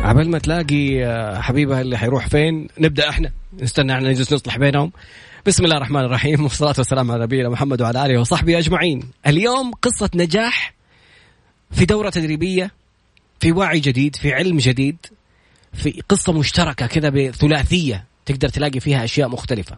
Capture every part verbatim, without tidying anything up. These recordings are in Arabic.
عبال ما تلاقي حبيبها اللي حيروح فين نبدأ احنا نستنى احنا نجلس نصلح بينهم. بسم الله الرحمن الرحيم والصلاة والسلام على نبينا محمد وعلى آله وصحبه أجمعين. اليوم قصة نجاح في دورة تدريبية، في وعي جديد، في علم جديد، في قصة مشتركة كذا بثلاثية تقدر تلاقي فيها أشياء مختلفة.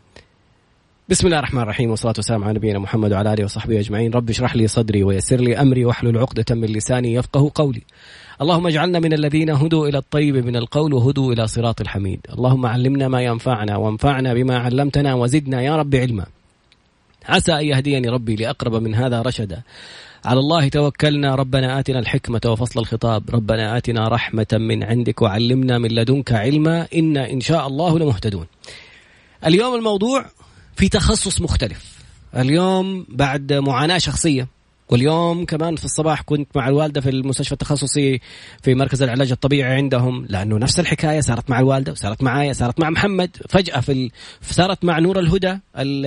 بسم الله الرحمن الرحيم والصلاة والسلام على نبينا محمد وعلى آله وصحبه أجمعين. رب اشرح لي صدري ويسر لي أمري واحلل عقدة من لساني يفقه قولي. اللهم اجعلنا من الذين هدوا إلى الطيب من القول وهدوا إلى صراط الحميد. اللهم علمنا ما ينفعنا وانفعنا بما علمتنا وزدنا يا رب علما. عسى أن يهديني ربي لأقرب من هذا رشدا. على الله توكلنا. ربنا آتنا الحكمة وفصل الخطاب. ربنا آتنا رحمة من عندك وعلمنا من لدنك علما إنا إن شاء الله لمهتدون. اليوم الموضوع في تخصص مختلف. اليوم بعد معاناة شخصية، واليوم كمان في الصباح كنت مع الوالدة في المستشفى التخصصي في مركز العلاج الطبيعي عندهم، لأنه نفس الحكاية صارت مع الوالدة وصارت معايا، صارت مع محمد فجأة في ال... صارت مع نور الهدى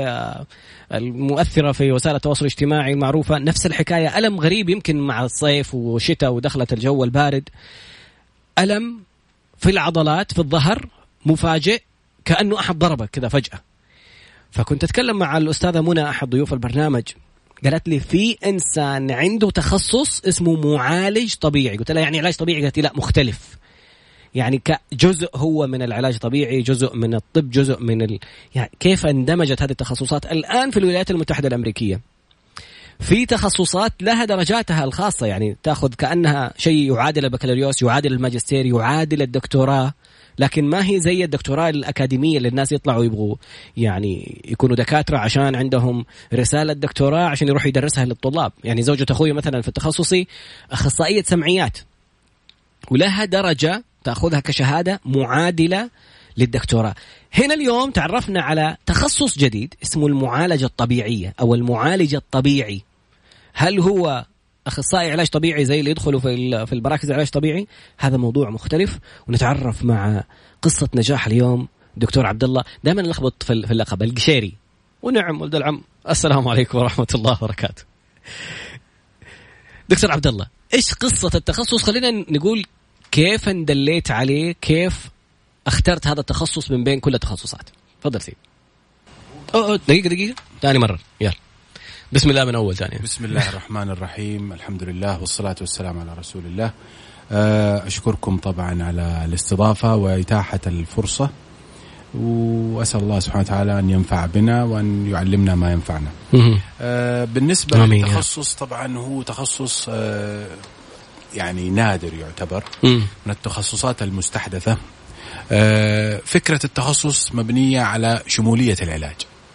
المؤثرة في وسائل التواصل الاجتماعي المعروفة. نفس الحكاية، ألم غريب يمكن مع الصيف وشتاء ودخلت الجو البارد، ألم في العضلات في الظهر مفاجئ كأنه أحد ضربك كذا فجأة. فكنت أتكلم مع الأستاذة منى أحد ضيوف البرنامج، قالت لي في إنسان عنده تخصص اسمه معالج طبيعي. قلت لها يعني علاج طبيعي؟ قالت لي لا، مختلف، يعني كجزء هو من العلاج الطبيعي، جزء من الطب، جزء من ال... يعني كيف اندمجت هذه التخصصات الآن في الولايات المتحدة الأمريكية. في تخصصات لها درجاتها الخاصة، يعني تأخذ كأنها شيء يعادل البكالوريوس، يعادل الماجستير، يعادل الدكتوراه، لكن ما هي زي الدكتوراه الأكاديمية اللي الناس يطلعوا يبغوا يعني يكونوا دكاترة عشان عندهم رسالة دكتوراه عشان يروحوا يدرسها للطلاب. يعني زوجة أخوي مثلا في التخصصي أخصائية سمعيات، ولها درجة تأخذها كشهادة معادلة للدكتوراه. هنا اليوم تعرفنا على تخصص جديد اسمه المعالجة الطبيعية أو المعالج الطبيعي. هل هو أخصائي علاج طبيعي زي اللي يدخلوا في في البراكز العلاج الطبيعي؟ هذا موضوع مختلف، ونتعرف مع قصة نجاح اليوم دكتور عبد الله. دائما نلخبط في اللقب القشيري، ونعم ولد العم. السلام عليكم ورحمة الله وبركاته. دكتور عبد الله، إيش قصة التخصص؟ خلينا نقول كيف اندليت عليه، كيف اخترت هذا التخصص من بين كل التخصصات؟ تفضل سيدي. أوه دقيقة دقيقة ثاني مرة، يلا بسم الله من أول ثانية. بسم الله الرحمن الرحيم، الحمد لله والصلاة والسلام على رسول الله. أشكركم طبعا على الاستضافة وإتاحة الفرصة، وأسأل الله سبحانه وتعالى أن ينفع بنا وأن يعلمنا ما ينفعنا. بالنسبة للتخصص طبعا هو تخصص يعني نادر يعتبر من التخصصات المستحدثة. فكرة التخصص مبنية على شمولية العلاج.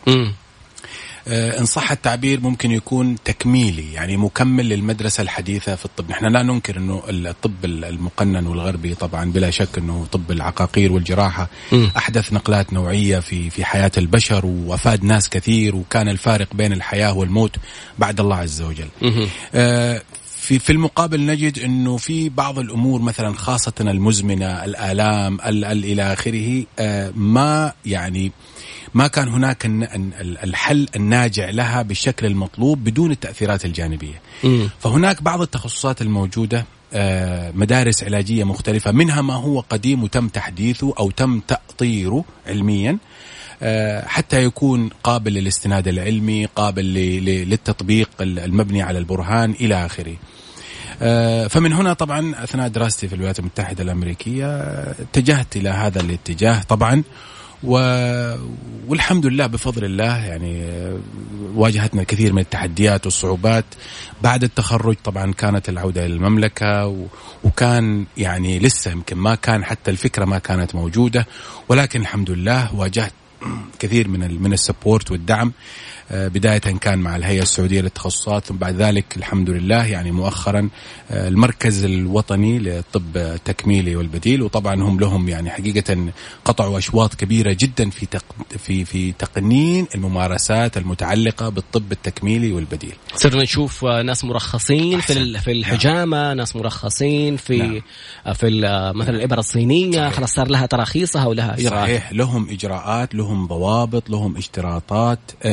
إن صح التعبير ممكن يكون تكميلي، يعني مكمل للمدرسة الحديثة في الطب. نحن لا ننكر أنه الطب المقنن والغربي طبعا بلا شك أنه طب العقاقير والجراحة م. أحدث نقلات نوعية في في حياة البشر وأفاد ناس كثير، وكان الفارق بين الحياة والموت بعد الله عز وجل. آه في في المقابل نجد انه في بعض الامور مثلا خاصه المزمنه، الالام ال ال الى اخره، ما يعني ما كان هناك الحل الناجع لها بالشكل المطلوب بدون التاثيرات الجانبيه. م. فهناك بعض التخصصات الموجوده مدارس علاجيه مختلفه، منها ما هو قديم وتم تحديثه او تم تأطيره علميا حتى يكون قابل للاستناد العلمي، قابل للتطبيق المبني على البرهان إلى آخره. فمن هنا طبعا أثناء دراستي في الولايات المتحدة الأمريكية اتجهت إلى هذا الاتجاه طبعا، والحمد لله بفضل الله يعني واجهتنا الكثير من التحديات والصعوبات. بعد التخرج طبعا كانت العودة إلى المملكة، وكان يعني لسه يمكن ما كان حتى الفكرة ما كانت موجودة، ولكن الحمد لله واجهت كثير من من السبورت والدعم. بداية كان مع الهيئة السعودية للتخصصات، ثم بعد ذلك الحمد لله يعني مؤخرا المركز الوطني للطب التكميلي والبديل، وطبعا هم لهم يعني حقيقة قطعوا أشواط كبيرة جدا في تق في في تقنين الممارسات المتعلقة بالطب التكميلي والبديل. صرنا نشوف ناس مرخصين في في الحجامة، نعم. ناس مرخصين في نعم. في مثلا الإبرة الصينية، خلاص صار لها تراخيصها ولها إجراءات. صحيح، لهم إجراءات، لهم ضوابط، لهم اشتراطات، لهم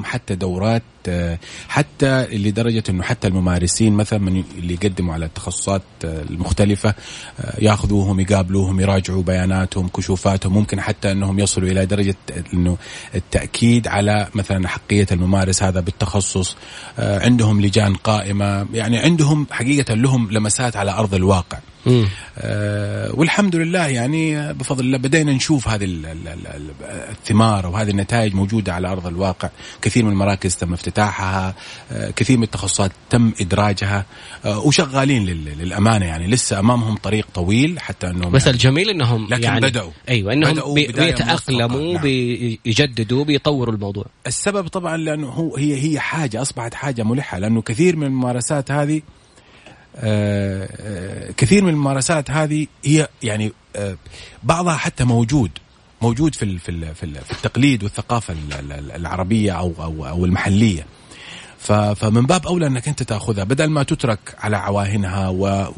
حتى دورات حتى لدرجة أنه حتى الممارسين مثلا من اللي يقدموا على التخصصات المختلفة يأخذوهم يقابلوهم يراجعوا بياناتهم كشوفاتهم، ممكن حتى أنهم يصلوا إلى درجة أنه التأكيد على مثلا حقية الممارس هذا بالتخصص. عندهم لجان قائمة، يعني عندهم حقيقة لهم لمسات على أرض الواقع. آه والحمد لله يعني بفضل الله بدأنا نشوف هذه الثمار وهذه النتائج موجودة على أرض الواقع. كثير من المراكز تم افتتاحها، آه كثير من التخصصات تم إدراجها، آه وشغالين للأمانة، يعني لسه أمامهم طريق طويل حتى أنهم بس يعني الجميل أنهم لكن يعني بدأوا أيوة أنهم بي بيتأقلموا نعم. بيجددوا بيطوروا الموضوع. السبب طبعا لأنه هو هي هي حاجة أصبحت حاجة ملحة، لأنه كثير من الممارسات هذه آه آه كثير من الممارسات هذه هي يعني آه بعضها حتى موجود موجود في في في التقليد والثقافة العربية أو أو أو المحلية، فمن باب أولى أنك أنت تأخذها بدل ما تترك على عواهنها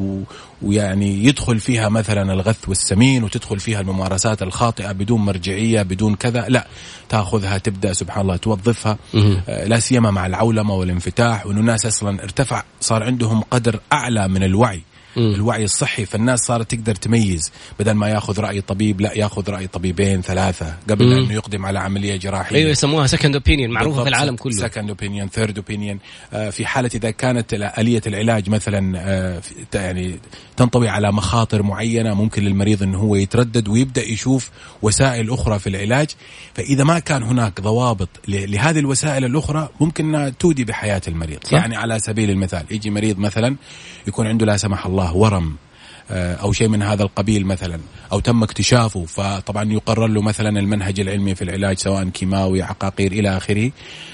ويعني يدخل فيها مثلا الغث والسمين وتدخل فيها الممارسات الخاطئة بدون مرجعية بدون كذا، لا تأخذها تبدأ سبحان الله توظفها، لا سيما مع العولمة والانفتاح، وأنه الناس أصلا ارتفع صار عندهم قدر أعلى من الوعي الوعي الصحي، فالناس صارت تقدر تميز بدل ما ياخذ رأي طبيب لا ياخذ رأي طبيبين ثلاثة قبل مم. أنه يقدم على عملية جراحية. أيوة يسموها second opinion معروفة في العالم كله. second opinion third opinion. آه في حالة إذا كانت آلية العلاج مثلا آه يعني تنطوي على مخاطر معينة ممكن للمريض أنه هو يتردد ويبدأ يشوف وسائل أخرى في العلاج، فإذا ما كان هناك ضوابط لهذه الوسائل الأخرى ممكن تودي بحياة المريض. صح؟ يعني على سبيل المثال يجي مريض مثلا يكون عنده لا سمح الله ورم أو شيء من هذا القبيل مثلا، أو تم اكتشافه، فطبعا يقرر له مثلا المنهج العلمي في العلاج سواء كيماوي عقاقير إلى آخره.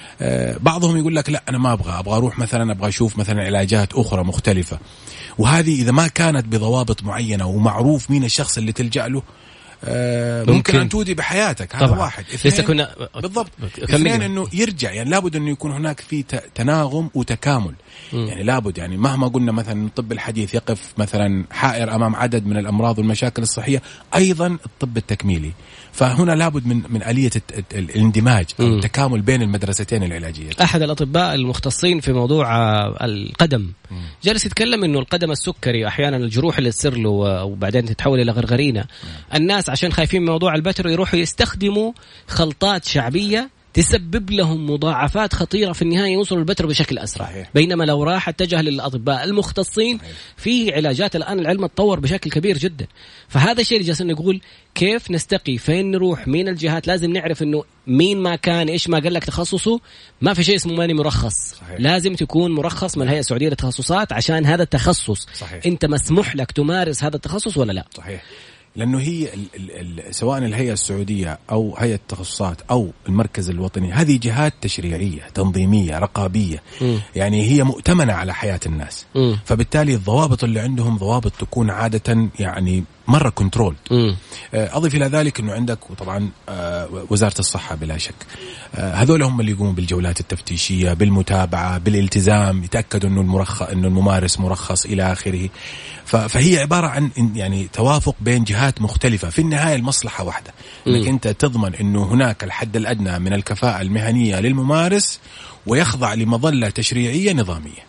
بعضهم يقول لك لا أنا ما أبغى أبغى أروح مثلا أبغى أشوف مثلا علاجات أخرى مختلفة، وهذه إذا ما كانت بضوابط معينة ومعروف مين الشخص اللي تلجأ له ممكن, ممكن أن تودي بحياتك. هذا واحد. لسه كنا بالضبط. اثنين أنه يرجع، يعني لابد أنه يكون هناك في تناغم وتكامل. م. يعني لابد يعني مهما قلنا مثلا الطب الحديث يقف مثلا حائر أمام عدد من الأمراض والمشاكل الصحية، أيضا الطب التكميلي، فهنا لابد من من آلية الاندماج أو التكامل بين المدرستين العلاجية. أحد الأطباء المختصين في موضوع القدم م. جالس يتكلم إنه القدم السكري أحيانا الجروح اللي تصير له وبعدين تتحول إلى غرغرينة، م. الناس عشان خايفين من موضوع البتر يروحوا يستخدموا خلطات شعبية تسبب لهم مضاعفات خطيرة في النهاية يوصلوا البتر بشكل أسرع. صحيح. بينما لو راح اتجه للأطباء المختصين صحيح. في علاجات الآن العلم تطور بشكل كبير جدا، فهذا الشيء اللي جالسين نقول كيف نستقي فين نروح مين الجهات، لازم نعرف إنه مين ما كان إيش ما قال لك تخصصه، ما في شيء اسمه ماني مرخص. صحيح. لازم تكون مرخص من الهيئة السعودية للتخصصات عشان هذا التخصص. صحيح. أنت مسموح لك تمارس هذا التخصص ولا لا. صحيح. لأنه هي ال ال ال سواء الهيئة السعودية أو هيئة التخصصات أو المركز الوطني، هذه جهات تشريعية تنظيمية رقابية. م. يعني هي مؤتمنة على حياة الناس. م. فبالتالي الضوابط اللي عندهم ضوابط تكون عادة يعني مرة كنترول. أضيف إلى ذلك أنه عندك وطبعا وزارة الصحة بلا شك، هذول هم اللي يقومون بالجولات التفتيشية بالمتابعة بالالتزام، يتأكدوا أنه المرخص أنه الممارس مرخص إلى آخره. فهي عبارة عن يعني توافق بين جهات مختلفة، في النهاية المصلحة واحدة، أنك أنت تضمن أنه هناك الحد الأدنى من الكفاءة المهنية للممارس ويخضع لمظلة تشريعية نظامية.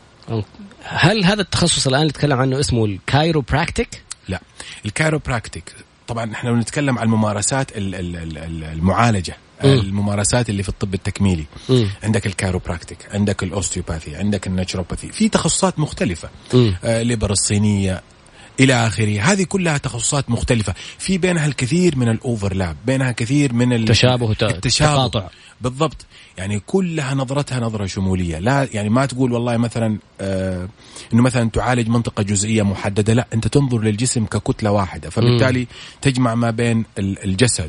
هل هذا التخصص الآن نتكلم عنه اسمه الكايروبراكتيك؟ لا، الكايروبراكتيك طبعا احنا بنتكلم عن الممارسات المعالجة، م. الممارسات اللي في الطب التكميلي. م. عندك الكايروبراكتيك، عندك الأوستيوباثي، عندك الناتشوروباثي، في تخصصات مختلفة، آه الإبر الصينية إلى آخره. هذه كلها تخصصات مختلفة، في بينها الكثير من الأوفرلاب، بينها كثير من التشابه التشابه بالضبط. يعني كلها نظرتها نظرة شمولية، لا يعني ما تقول والله مثلا آه إنه مثلا تعالج منطقة جزئية محددة، لا أنت تنظر للجسم ككتلة واحدة، فبالتالي م. تجمع ما بين الجسد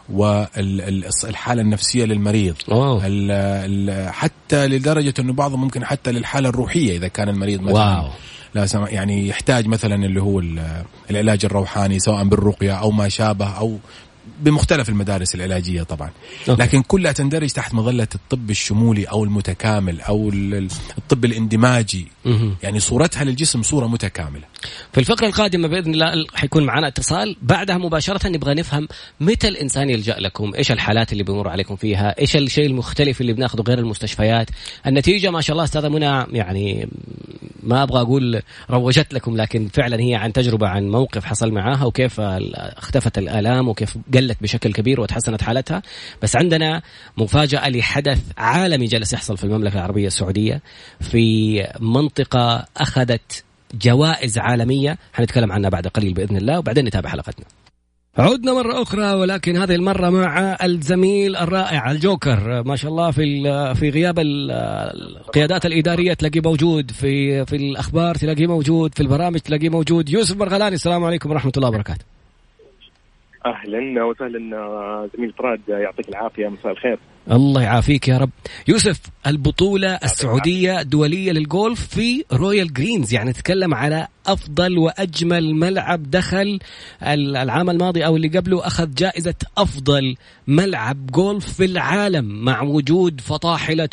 والحالة النفسية للمريض، ال ال حتى لدرجة أنه بعضهم ممكن حتى للحالة الروحية إذا كان المريض مثلا واو. لا يعني يحتاج مثلا اللي هو العلاج الروحاني سواء بالرقية أو ما شابه، أو بمختلف المدارس العلاجية طبعا، لكن كلها تندرج تحت مظلة الطب الشمولي أو المتكامل أو الطب الاندماجي. يعني صورتها للجسم صورة متكاملة. في الفقرة القادمة بإذن الله حيكون معنا اتصال، بعدها مباشرة نبغى نفهم متى الإنسان يلجأ لكم، إيش الحالات اللي بيمر عليكم فيها، إيش الشيء المختلف اللي بناخده غير المستشفيات. النتيجة ما شاء الله أستاذة منى يعني ما أبغى أقول روجت لكم، لكن فعلا هي عن تجربة، عن موقف حصل معاها وكيف اختفت الآلام وكيف قلت بشكل كبير وتحسنت حالتها. بس عندنا مفاجأة لحدث عالمي جالس يحصل في المملكة العربية السعودية في منطقة أخذت جوائز عالمية، حنتكلم عنها بعد قليل بإذن الله، وبعدين نتابع حلقتنا. عدنا مرة أخرى، ولكن هذه المرة مع الزميل الرائع الجوكر ما شاء الله، في في غياب القيادات الإدارية تلاقيه موجود، في في الأخبار تلاقيه موجود، في البرامج تلاقيه موجود. يوسف مرغلاني، السلام عليكم ورحمة الله وبركاته. أهلا وسهلا زميل طراد، يعطيك العافية، مساء الخير. الله يعافيك يا رب. يوسف، البطولة السعودية الدولية للجولف في رويال جرينز، يعني تتكلم على أفضل وأجمل ملعب دخل العام الماضي أو اللي قبله، أخذ جائزة أفضل ملعب جولف في العالم، مع وجود فطاحلة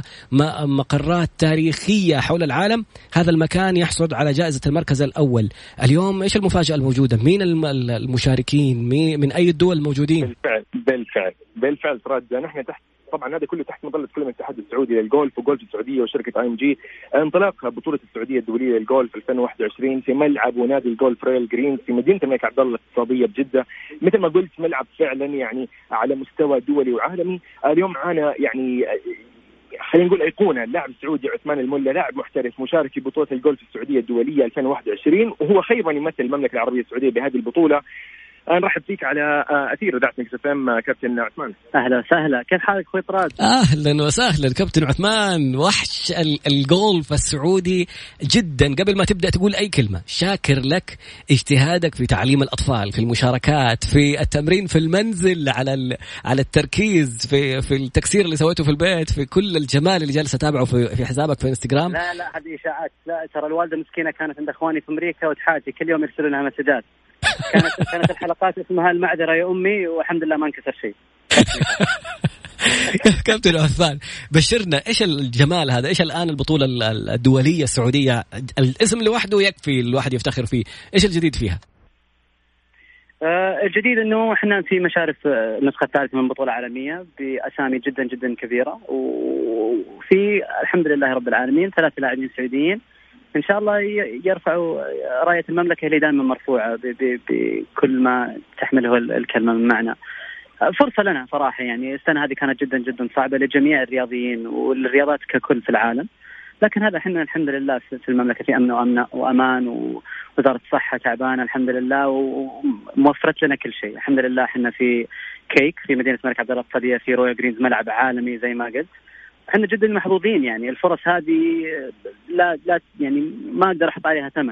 ومقرات تاريخية حول العالم. هذا المكان يحصد على جائزة المركز الأول. اليوم إيش المفاجأة الموجودة؟ مين المشاركين؟ مين من أي الدول الموجودين؟ بالفعل بالفعل بالفعل طراد، نحن تحت طبعا هذا كله تحت مظلة كل من الاتحاد السعودي للجولف وجولف السعودية وشركة اي ام جي. انطلاق بطولة السعودية الدولية للجولف ألفين وواحد وعشرين في ملعب ونادي الجولف رويال جرينز في مدينة الملك عبد الله الاقتصادية بجدة. مثل ما قلت ملعب فعلا يعني على مستوى دولي وعالمي. اليوم معنا يعني خلينا نقول أيقونة، اللاعب السعودي عثمان الملا، لاعب محترف مشارك في بطولة الجولف السعودية الدولية ألفين وواحد وعشرين، وهو خير من يمثل المملكة العربية السعودية بهذه البطولة. نرحب فيك على أثير إذاعة مكس اف ام كابتن عثمان. أهلا وسهلا، كيف حالك أخوي طراد؟ أهلا وسهلا كابتن عثمان، وحش الجولف السعودي جدا. قبل ما تبدأ تقول أي كلمة، شاكر لك اجتهادك في تعليم الأطفال، في المشاركات، في التمرين في المنزل، على على التركيز، في في التكسير اللي سويته في البيت، في كل الجمال اللي جالس أتابعه في في حسابك في انستغرام. لا لا هذه إشاعات، لا ترى الوالدة مسكينة كانت عند أخواني في أمريكا وتحاتي كل يوم يرسلوا لها مسجات. كانت كانت الحلقات اسمها المعذرة يا أمي، والحمد لله ما انكسر شيء. كابتن عثمان، بشرنا ايش الجمال هذا، ايش الآن البطولة الدولية السعودية، الاسم لوحده يكفي الواحد يفتخر فيه، ايش الجديد فيها؟ آه الجديد انه احنا في مشارف النسخة الثالثة من بطولة عالمية بأسامي جدا جدا كبيرة، وفي الحمد لله رب العالمين ثلاث لاعبين سعوديين إن شاء الله يرفعوا راية المملكة اللي دائما مرفوعة بكل ما تحمله الكلمة من معنى. فرصة لنا صراحة، يعني السنة هذه كانت جدا جدا صعبة لجميع الرياضيين والرياضات ككل في العالم، لكن هذا احنا الحمد لله في المملكة في أمن وأمن وأمان، ووزارة الصحة تعبانة الحمد لله وموفرت لنا كل شيء الحمد لله. احنا في كيك في مدينة الملك عبد الله الاقتصادية في رويال جرينز، ملعب عالمي زي ما قلت. احنا جدا محظوظين، يعني الفرص هذه لا لا يعني ما اقدر احط عليها ثمن.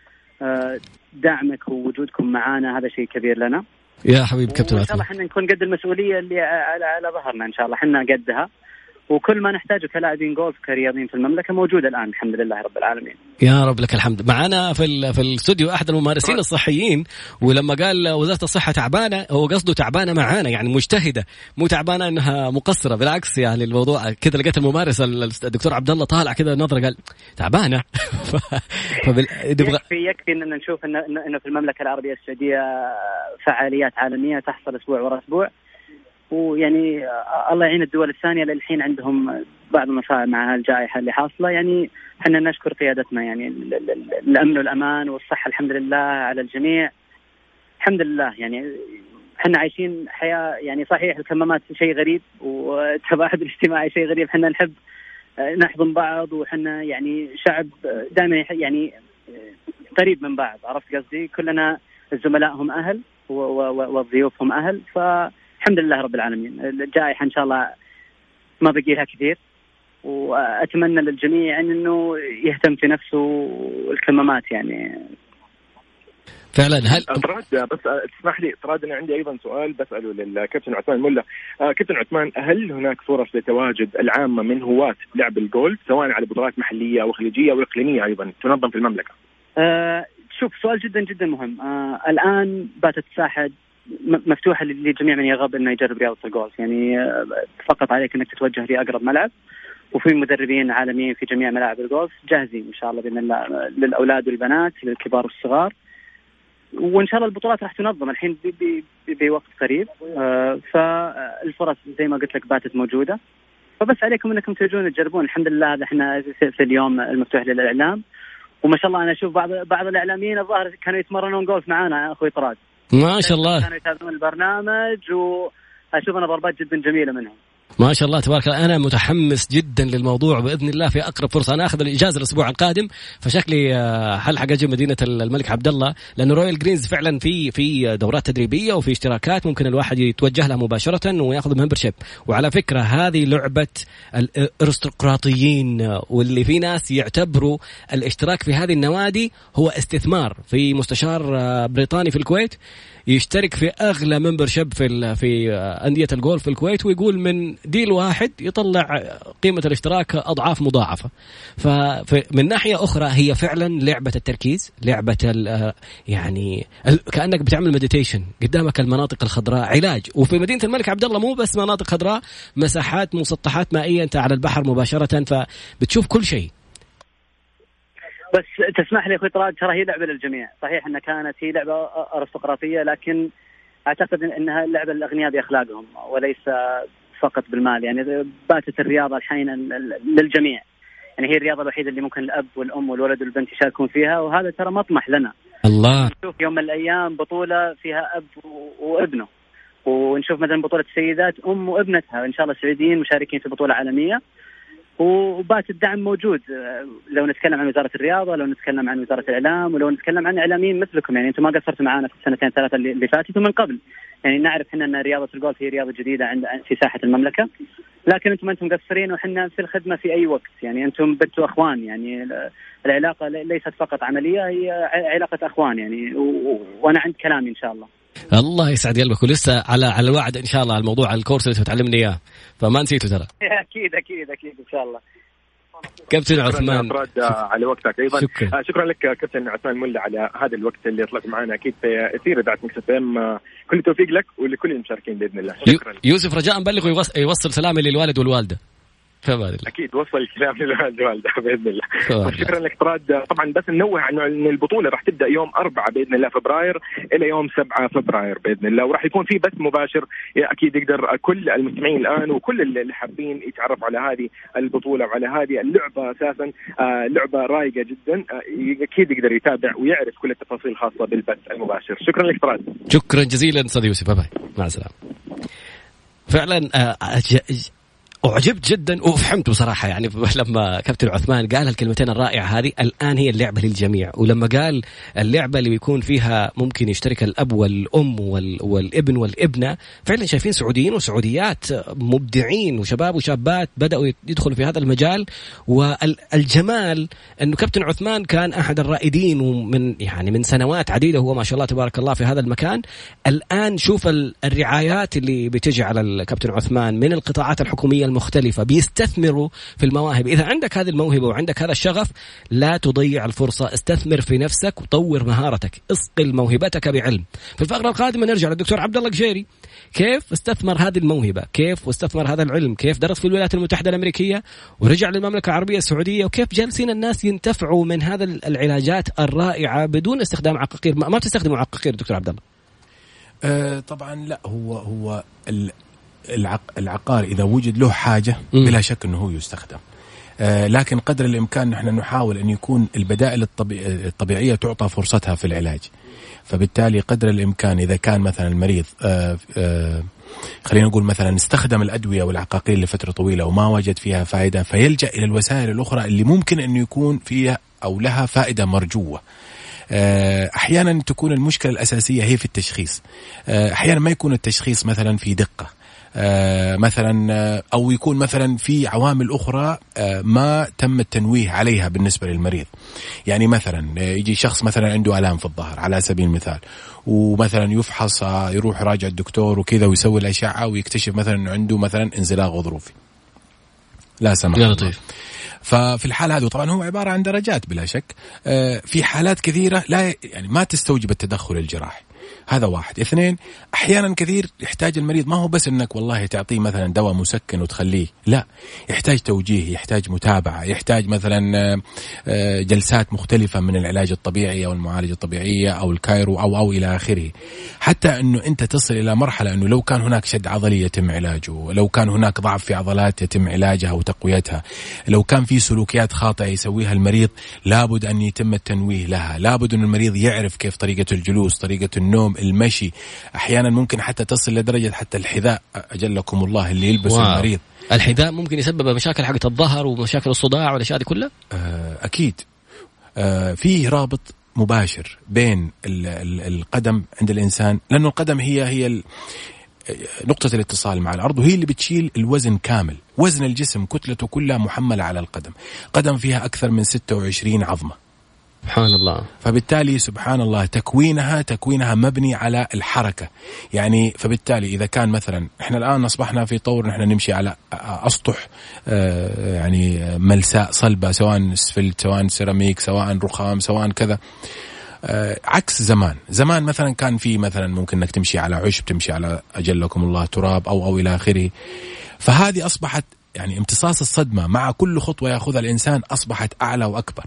دعمك ووجودكم معنا هذا شيء كبير لنا يا حبيب كابتن. ان شاء الله احنا نكون قد المسؤوليه اللي على على ظهرنا، ان شاء الله احنا قدها، وكل ما نحتاجه كلاعبين جولف كرياضيين في المملكة موجود الآن الحمد لله رب العالمين. يا رب لك الحمد. معنا في في الاستوديو أحد الممارسين الصحيين، ولما قال وزارة الصحة تعبانة هو قصده تعبانة معانا، يعني مجتهدة، مو تعبانة إنها مقصرة، بالعكس يعني الموضوع كذا. لقيت الممارس الدكتور عبد الله طالع كذا نظرة قال تعبانة. فبال... يكفي يكفي إننا نشوف إن إنه في المملكة العربية السعودية فعاليات عالمية تحصل أسبوع ورا أسبوع، ويعني الله يعين الدول الثانية للحين عندهم بعض المصاعب مع الجائحة اللي حاصلة. يعني احنا نشكر قيادتنا، يعني الأمن والأمان والصحة الحمد لله على الجميع الحمد لله. يعني احنا عايشين حياة، يعني صحيح الكمامات شيء غريب والتباعد الاجتماعي شيء غريب، احنا نحب نحضن بعض، وحنا يعني شعب دائما يعني قريب من بعض، عرفت قصدي؟ كلنا الزملاء هم أهل والضيوف هم أهل، ف الحمد لله رب العالمين. الجائحة إن شاء الله ما بقي لها كثير، وأتمنى للجميع أنه يهتم في نفسه والكمامات يعني فعلا. هل طراد بس تسمح لي طراد، أنا عندي أيضا سؤال بسأله للكابتن عثمان الملا. آه كابتن عثمان، هل هناك فرص لتواجد العامة من هواة لعب الجولف سواء على بطولات محلية أو خليجية أو إقليمية أيضا تنظم في المملكة؟ آه شوف، سؤال جدا جدا مهم. آه الآن باتت الساحة مفتوحة لجميع من يرغب أنه يجرب رياضة الجولف. يعني فقط عليك أنك تتوجه لأقرب ملعب، وفي مدربين عالميين في جميع ملاعب الجولف جاهزين إن شاء الله بإذن الله للأولاد والبنات للكبار والصغار. وإن شاء الله البطولات راح تنظم الحين بوقت قريب، فالفرص زي ما قلت لك باتت موجودة، فبس عليكم أنكم تجون تجربون. الحمد لله هذا إحنا في اليوم المفتوح للإعلام، وما شاء الله أنا أشوف بعض بعض الإعلاميين الظاهر كانوا يتمرنون جولف معانا أخوي طراد، ما شاء الله كانوا يتابعون البرنامج، وأشوف أنا ضربات جدا جميلة منهم ما شاء الله تبارك الله. أنا متحمس جدا للموضوع، بإذن الله في أقرب فرصة أنا أخذ الإجازة الأسبوع القادم، فشكلي حلحق أجي مدينة الملك عبد الله، لأنه رويال جرينز فعلا في في دورات تدريبية وفي اشتراكات ممكن الواحد يتوجه لها مباشرة ويأخذ ممبرشيب. وعلى فكرة هذه لعبة الأرستقراطيين، واللي في ناس يعتبروا الاشتراك في هذه النوادي هو استثمار. في مستشار بريطاني في الكويت يشترك في أغلى ممبرشيب في في أندية الجولف في الكويت، ويقول من ديل واحد يطلع قيمة الاشتراك أضعاف مضاعفة. فمن ناحية أخرى هي فعلا لعبة التركيز، لعبة يعني كأنك بتعمل مديتيشن قدامك المناطق الخضراء علاج. وفي مدينة الملك عبد الله مو بس مناطق خضراء، مساحات مسطحات مائية، أنت على البحر مباشرة فبتشوف كل شيء. بس تسمح لي أخوي طراد، ترى هي لعبة للجميع. صحيح أنها كانت هي لعبة أرستقراطية، لكن أعتقد أنها لعبة للأغنياء بأخلاقهم وليس فقط بالمال. يعني باتت الرياضة الحين للجميع، يعني هي الرياضة الوحيدة اللي ممكن الأب والأم والولد والبنت يشاركون فيها، وهذا ترى مطمح لنا. الله، نشوف يوم من الأيام بطولة فيها أب وابنه، ونشوف مثلا بطولة السيدات أم وابنتها، إن شاء الله السعوديين مشاركين في بطولة عالمية، وبات الدعم موجود. لو نتكلم عن وزارة الرياضة، لو نتكلم عن وزارة الإعلام، ولو نتكلم عن إعلاميين مثلكم. يعني أنتم ما قصرتوا معنا في السنتين ثلاثة اللي فاتت ومن قبل. يعني نعرف إحنا أن رياضة الجولف هي رياضة جديدة عند في ساحة المملكة، لكن أنتم أنتم مقصرين، وإحنا في الخدمة في أي وقت. يعني أنتم بنتوا أخوان، يعني العلاقة ليست فقط عملية، هي علاقة أخوان يعني. وأنا عند كلامي إن شاء الله. الله يسعد قلبك، ولسه على على الوعد ان شاء الله على الموضوع الكورس اللي تعلمني اياه، فما نسيته ترى. اكيد اكيد اكيد ان شاء الله. كابتن عثمان على وقتك ايضا. شكرا, شكرا لك كابتن عثمان ملا على هذا الوقت اللي طلعت معنا. اكيد في اثير اذاعه مكس اف ام. كل التوفيق لك ولكل المشاركين باذن الله. شكرا. يوسف رجاء بلغ ويوصل سلامي للوالد والوالده. اكيد وصل الكلام للوالد والوالده باذن الله. شكرا لك طراد. طبعا بس ننوه عنه ان البطوله راح تبدا يوم أربعة باذن الله فبراير الى يوم سبعة فبراير باذن الله، وراح يكون في بث مباشر. اكيد يقدر كل المستمعين الان وكل اللي حابين يتعرفوا على هذه البطوله وعلى هذه اللعبه. اساسا لعبه رايقه جدا، اكيد يقدر يتابع ويعرف كل التفاصيل الخاصه بالبث المباشر. شكرا لك طراد. شكرا جزيلا استاذ يوسف، باي مع السلامه. فعلا أعجبت جدا وفهمت بصراحة، يعني لما كابتن عثمان قال الكلمتين الرائعة هذه. الآن هي اللعبة للجميع، ولما قال اللعبة اللي بيكون فيها ممكن يشترك الأب والأم والابن والابنة، فعلا شايفين سعوديين وسعوديات مبدعين وشباب وشابات بدأوا يدخلوا في هذا المجال. والجمال أنه كابتن عثمان كان أحد الرائدين ومن يعني من سنوات عديدة، هو ما شاء الله تبارك الله في هذا المكان. الآن شوف الرعايات اللي بتجي على الكابتن عثمان من القطاعات الحكومية مختلفة، بيستثمروا في المواهب. إذا عندك هذه الموهبة وعندك هذا الشغف لا تضيع الفرصة، استثمر في نفسك وطور مهارتك، اصقل موهبتك بعلم. في الفقرة القادمة نرجع للدكتور عبد الله القجيري، كيف استثمر هذه الموهبة، كيف واستثمر هذا العلم، كيف درس في الولايات المتحدة الأمريكية ورجع للمملكة العربية السعودية، وكيف جالسين الناس ينتفعوا من هذا العلاجات الرائعة بدون استخدام عقاقير. ما بتستخدموا عقاقير دكتور عبد الله؟ أه طبعا لا، هو هو ال العقار إذا وجد له حاجة بلا شك أنه هو يستخدم، آه لكن قدر الإمكان نحن نحاول أن يكون البدائل الطبيعية تعطى فرصتها في العلاج. فبالتالي قدر الإمكان إذا كان مثلا المريض آه آه خلينا نقول مثلا استخدم الأدوية والعقاقير لفترة طويلة وما وجد فيها فائدة، فيلجأ إلى الوسائل الأخرى اللي ممكن أن يكون فيها أو لها فائدة مرجوة. أحيانا تكون المشكلة الأساسية هي في التشخيص، أحيانا ما يكون التشخيص مثلا في دقة، آه مثلا آه أو يكون مثلا في عوامل أخرى آه ما تم التنويه عليها بالنسبة للمريض. يعني مثلا آه يجي شخص مثلا عنده آلام في الظهر على سبيل المثال، ومثلا يفحص آه يروح راجع الدكتور وكذا ويسوي الأشعة ويكتشف مثلا أنه عنده مثلا انزلاق غضروفي لا سمح الله. ففي الحالة هذه طبعا هو عبارة عن درجات بلا شك. آه في حالات كثيرة لا يعني ما تستوجب التدخل الجراحي، هذا واحد. اثنين، أحيانا كثير يحتاج المريض ما هو بس أنك والله تعطيه مثلا دواء مسكن وتخليه، لا، يحتاج توجيه، يحتاج متابعة، يحتاج مثلا جلسات مختلفة من العلاج الطبيعي أو المعالجة الطبيعية أو الكايرو أو أو إلى آخره، حتى أنه أنت تصل إلى مرحلة أنه لو كان هناك شد عضلي يتم علاجه، لو كان هناك ضعف في عضلات يتم علاجها وتقويتها، لو كان في سلوكيات خاطئة يسويها المريض لابد أن يتم التنويه لها، لابد أن المريض يعرف كيف طريقة الجلوس، طريقة النوم، المشي. أحيانا ممكن حتى تصل لدرجة حتى الحذاء أجلكم الله اللي يلبسه واو. المريض الحذاء ممكن يسبب مشاكل حقة الظهر ومشاكل الصداع والأشياء دي كلها. آه أكيد. آه فيه رابط مباشر بين ال ال القدم عند الإنسان، لأنه القدم هي هي نقطة الاتصال مع الأرض، وهي اللي بتشيل الوزن كامل. وزن الجسم كتلته كلها محملة على القدم. قدم فيها أكثر من ستة وعشرين عظمة، سبحان الله. فبالتالي سبحان الله تكوينها تكوينها مبني على الحركة. يعني فبالتالي إذا كان مثلا إحنا الآن أصبحنا في طور نحن نمشي على أسطح يعني ملساء صلبة، سواء اسفلت سواء سيراميك سواء رخام سواء كذا، عكس زمان. زمان مثلا كان في مثلا ممكن انك تمشي على عشب، تمشي على اجلكم الله تراب او او الى اخره. فهذه اصبحت يعني امتصاص الصدمة مع كل خطوة ياخذها الانسان اصبحت اعلى واكبر.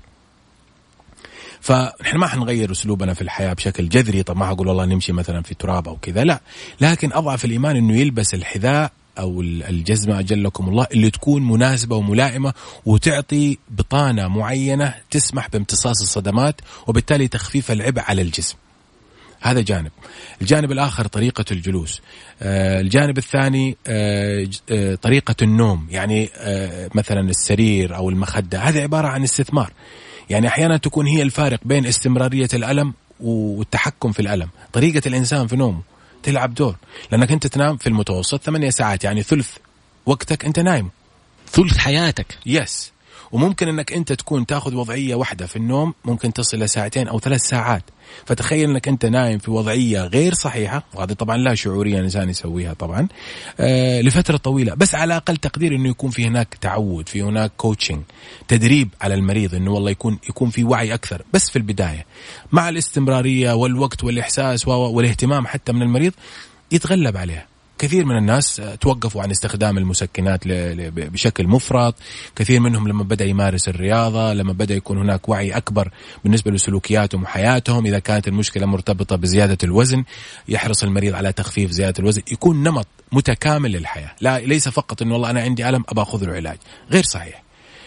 فنحن ما حنغير اسلوبنا في الحياة بشكل جذري. طب ما اقول والله نمشي مثلا في تراب او كذا، لا، لكن اضعف الايمان انه يلبس الحذاء أو الجزمة أجلكم الله اللي تكون مناسبة وملائمة وتعطي بطانة معينة تسمح بامتصاص الصدمات وبالتالي تخفيف العبء على الجسم. هذا جانب. الجانب الآخر طريقة الجلوس. آه الجانب الثاني آه آه طريقة النوم. يعني آه مثلا السرير أو المخدة، هذا عبارة عن استثمار. يعني أحيانا تكون هي الفارق بين استمرارية الألم والتحكم في الألم. طريقة الإنسان في نومه تلعب دور، لأنك أنت تنام في المتوسط ثمانية ساعات، يعني ثلث وقتك أنت نايم، ثلث حياتك. يس. وممكن أنك أنت تكون تأخذ وضعية واحدة في النوم ممكن تصل لساعتين أو ثلاث ساعات. فتخيل أنك أنت نايم في وضعية غير صحيحة، وهذا طبعا لا شعوريا الإنسان يسويها طبعا آه لفترة طويلة، بس على أقل تقدير أنه يكون في هناك تعود، في هناك كوتشنج، تدريب على المريض أنه والله يكون يكون في وعي أكثر. بس في البداية مع الاستمرارية والوقت والإحساس والاهتمام حتى من المريض يتغلب عليها. كثير من الناس توقفوا عن استخدام المسكنات بشكل مفرط. كثير منهم لما بدأ يمارس الرياضة، لما بدأ يكون هناك وعي أكبر بالنسبة لسلوكياتهم وحياتهم، إذا كانت المشكلة مرتبطة بزيادة الوزن يحرص المريض على تخفيف زيادة الوزن، يكون نمط متكامل للحياة. لا ليس فقط إنه والله أنا عندي ألم أبى أخذ له علاج، غير صحيح.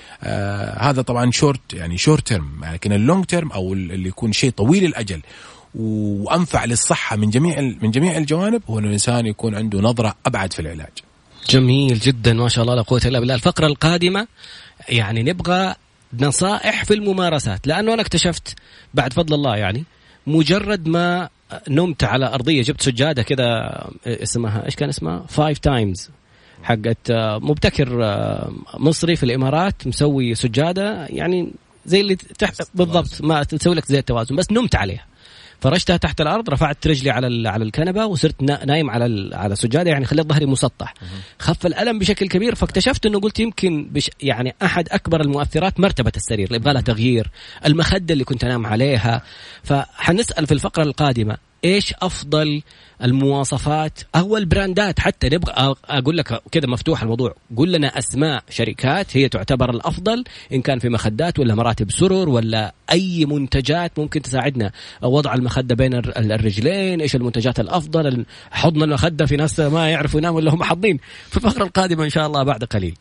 آه هذا طبعا شورت يعني شورت تيرم، لكن اللونج تيرم أو اللي يكون شيء طويل الأجل وأنفع للصحة من جميع من جميع الجوانب هو أن الإنسان يكون عنده نظرة أبعد في العلاج. جميل جدا ما شاء الله لا قوة إلا بالله. الفقرة القادمة يعني نبغى نصائح في الممارسات، لأنه أنا اكتشفت بعد فضل الله يعني مجرد ما نمت على أرضية جبت سجادة كده اسمها إيش كان اسمها فايف تايمز حقت مبتكر مصري في الإمارات، مسوي سجادة يعني زي اللي تحت بالضبط ما تسوي لك زي التوازن، بس نمت عليها فرشتها تحت الأرض، رفعت رجلي على على الكنبة وصرت نايم على على السجادة، يعني خليت ظهري مسطح، خف الألم بشكل كبير. فاكتشفت إنه قلت يمكن بش يعني أحد أكبر المؤثرات مرتبة السرير اللي يبغى لها تغيير، المخدة اللي كنت أنام عليها. فحنسأل في الفقرة القادمة إيش أفضل المواصفات أو البراندات، حتى نبغى أقول لك كده مفتوح الموضوع، قول لنا أسماء شركات هي تعتبر الأفضل إن كان في مخدات ولا مراتب سرر ولا أي منتجات ممكن تساعدنا وضع المخدة بين الرجلين، إيش المنتجات الأفضل، حضن المخدة في ناس ما يعرفوا يناموا إلا هم حاضين. في الفقرة القادمة إن شاء الله بعد قليل.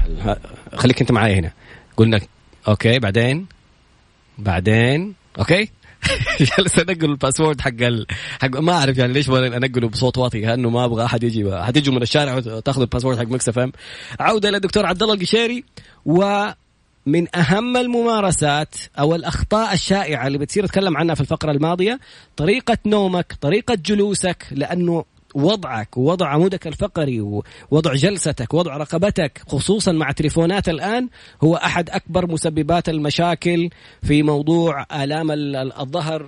خليك أنت معايا هنا. قلنا أوكي بعدين بعدين أوكي جالس انقل الباسورد حق ال... حق ما اعرف يعني ليش ولا انقله بصوت واطي، كانه ما ابغى احد يجي احد يجي من الشارع وتاخذ الباسورد حق مكس اف ام. عوده للدكتور عبد الله القشيري. ومن اهم الممارسات او الاخطاء الشائعه اللي بتصير اتكلم عنها في الفقره الماضيه طريقه نومك، طريقه جلوسك، لانه وضعك ووضع عمودك الفقري ووضع جلستك ووضع رقبتك خصوصا مع تليفونات الآن هو أحد أكبر مسببات المشاكل في موضوع آلام الظهر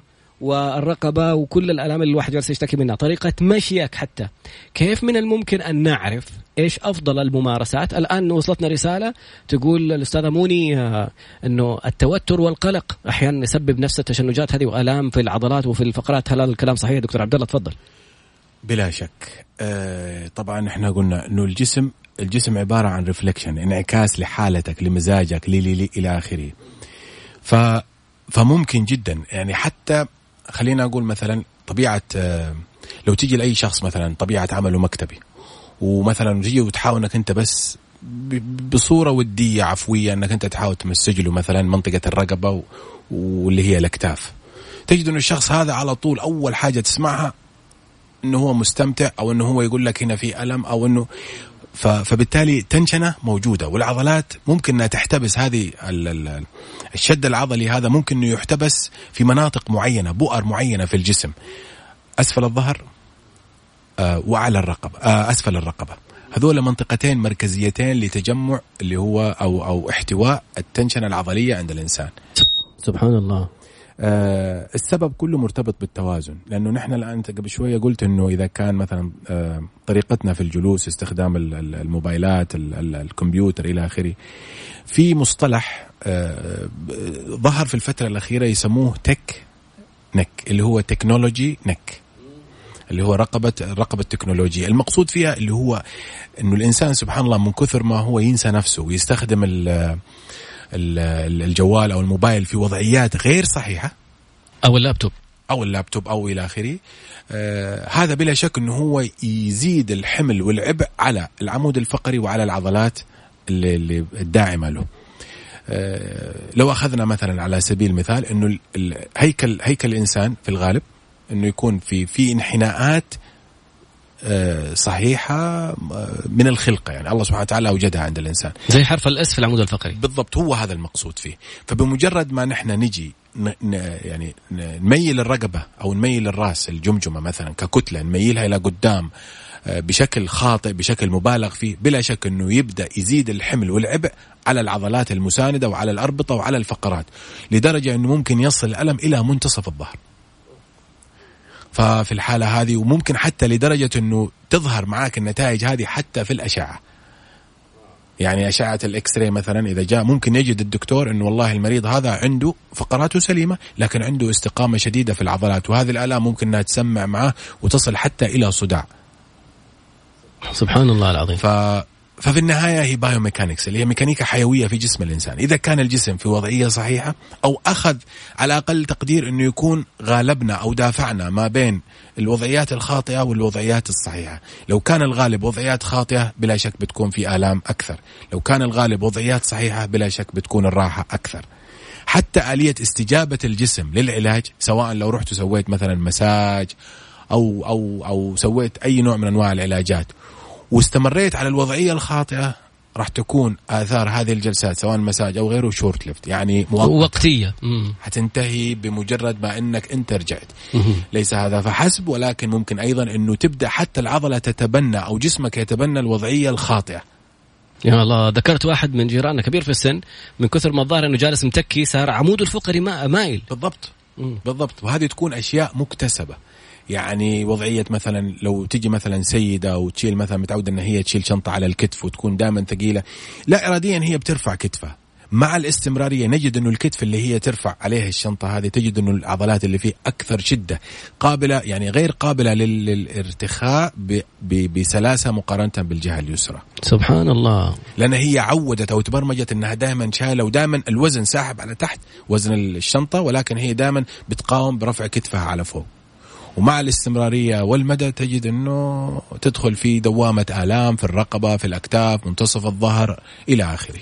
والرقبة وكل الآلام اللي الواحد جالس يشتكي منها، طريقة مشيك حتى، كيف من الممكن أن نعرف إيش أفضل الممارسات؟ الآن وصلتنا رسالة تقول الأستاذة موني أنه التوتر والقلق أحيانا يسبب نفس التشنجات هذه وآلام في العضلات وفي الفقرات. هل هذا الكلام صحيح دكتور عبد الله؟ تفضل. بلا شك. آه طبعا احنا قلنا انه الجسم الجسم عبارة عن ريفلكشن، انعكاس لحالتك لمزاجك لي لي لي الى اخره. ف فممكن جدا يعني حتى خلينا اقول مثلا طبيعة آه لو تيجي لاي شخص مثلا طبيعة عمله مكتبي ومثلا تيجي وتحاول انك انت بس بصورة ودية عفوية انك انت تحاول تمسج له مثلا منطقة الرقبة واللي هي الاكتاف، تجد انه الشخص هذا على طول اول حاجة تسمعها انه هو مستمتع او انه هو يقول لك هنا في ألم او انه فبالتالي تنشنة موجودة، والعضلات ممكن انها تحتبس. هذه الشد العضلي هذا ممكن انه يحتبس في مناطق معينة، بؤر معينة في الجسم، اسفل الظهر آه وعلى الرقبة آه اسفل الرقبة. هذول منطقتين مركزيتين لتجمع اللي هو او او احتواء التنشنة العضلية عند الانسان. سبحان الله. آه السبب كله مرتبط بالتوازن، لأنه نحن الآن قبل شوية قلت إنه إذا كان مثلا آه طريقتنا في الجلوس استخدام الموبايلات ال ال الكمبيوتر إلى آخره، في مصطلح آه ظهر في الفترة الأخيرة يسموه تك نك، اللي هو تكنولوجي نك، اللي هو رقبة رقبة التكنولوجيا. المقصود فيها اللي هو إنه الإنسان سبحان الله من كثر ما هو ينسى نفسه ويستخدم ال الجوال أو الموبايل في وضعيات غير صحيحة أو اللابتوب أو اللابتوب أو إلى آخره، آه هذا بلا شك أنه هو يزيد الحمل والعبء على العمود الفقري وعلى العضلات اللي, اللي الداعمة له. آه لو أخذنا مثلا على سبيل المثال أنه هيكل هيكل الإنسان في الغالب أنه يكون في في انحناءات صحيحة من الخلقة، يعني الله سبحانه وتعالى أوجدها عند الإنسان زي حرف الأس في العمود الفقري بالضبط، هو هذا المقصود فيه. فبمجرد ما نحن نجي يعني نميل الرقبة أو نميل الرأس الجمجمة مثلا ككتلة، نميلها إلى قدام بشكل خاطئ بشكل مبالغ فيه، بلا شك أنه يبدأ يزيد الحمل والعبء على العضلات المساندة وعلى الأربطة وعلى الفقرات، لدرجة أنه ممكن يصل الألم إلى منتصف الظهر. ففي الحالة هذه وممكن حتى لدرجة أنه تظهر معاك النتائج هذه حتى في الأشعة، يعني أشعة الإكس راي مثلا إذا جاء ممكن يجد الدكتور أنه والله المريض هذا عنده فقراته سليمة لكن عنده استقامة شديدة في العضلات، وهذه الآلام ممكن أنها تسمع معه وتصل حتى إلى صداع. سبحان الله العظيم. ف... ففي النهاية هي بايوميكانكس اللي هي ميكانيكا حيوية في جسم الإنسان. إذا كان الجسم في وضعية صحيحة أو أخذ على أقل تقدير أنه يكون غالبنا أو دافعنا ما بين الوضعيات الخاطئة والوضعيات الصحيحة، لو كان الغالب وضعيات خاطئة بلا شك بتكون في آلام أكثر، لو كان الغالب وضعيات صحيحة بلا شك بتكون الراحة أكثر. حتى آلية استجابة الجسم للعلاج سواء لو رحت وسويت مثلا مساج أو, أو, أو سويت أي نوع من أنواع العلاجات واستمريت على الوضعية الخاطئة، راح تكون آثار هذه الجلسات سواء مساج أو غيره شورت ليفت، يعني وقتية، حتنتهي بمجرد ما أنك أنت رجعت. ليس هذا فحسب، ولكن ممكن أيضا أنه تبدأ حتى العضلة تتبنى أو جسمك يتبنى الوضعية الخاطئة. يا الله، ذكرت واحد من جيراننا كبير في السن من كثر ما الظاهر أنه جالس متكي صار عمود الفقري مايل. بالضبط بالضبط. وهذه تكون أشياء مكتسبة، يعني وضعية مثلا لو تجي مثلا سيدة وتشيل مثلا متعودة أن هي تشيل شنطة على الكتف وتكون دائما ثقيلة، لا إراديا هي بترفع كتفها مع الاستمرارية، نجد أنه الكتف اللي هي ترفع عليها الشنطة هذه تجد أنه العضلات اللي فيه أكثر شدة قابلة، يعني غير قابلة للارتخاء بسلاسة مقارنة بالجهة اليسرى. سبحان الله. لأن هي عودت أو تبرمجت أنها دائما شايلة ودائما الوزن ساحب على تحت وزن الشنطة، ولكن هي دائما بتقاوم برفع كتفها على فوق. ومع الاستمرارية والمدى تجد أنه تدخل في دوامة آلام في الرقبة في الأكتاف منتصف الظهر إلى آخره.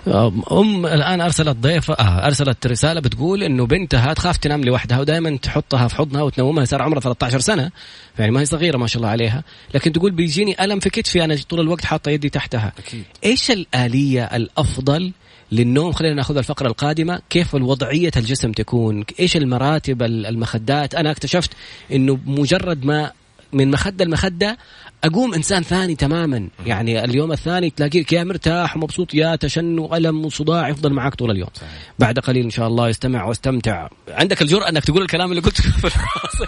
أم الآن أرسلت ضيفة آه أرسلت رسالة بتقول إنه بنتها تخاف تنام لوحدها ودائما تحطها في حضنها وتنومها، صار عمرها ثلاثة عشر سنة يعني ما هي صغيرة ما شاء الله عليها، لكن تقول بيجيني ألم في كتفي أنا طول الوقت حاطة يدي تحتها. أكيد. إيش الآلية الأفضل للنوم؟ خلينا ناخذ الفقرة القادمة، كيف الوضعية الجسم تكون، إيش المراتب المخدات. أنا اكتشفت إنه مجرد ما من مخدة المخدة أقوم إنسان ثاني تماما. يعني اليوم الثاني تلاقيك يا مرتاح ومبسوط يا تشن وألم وصداع يفضل معك طول اليوم. صحيح. بعد قليل إن شاء الله يستمع واستمتع. عندك الجرأة أنك تقول الكلام اللي قلته في الفاصل؟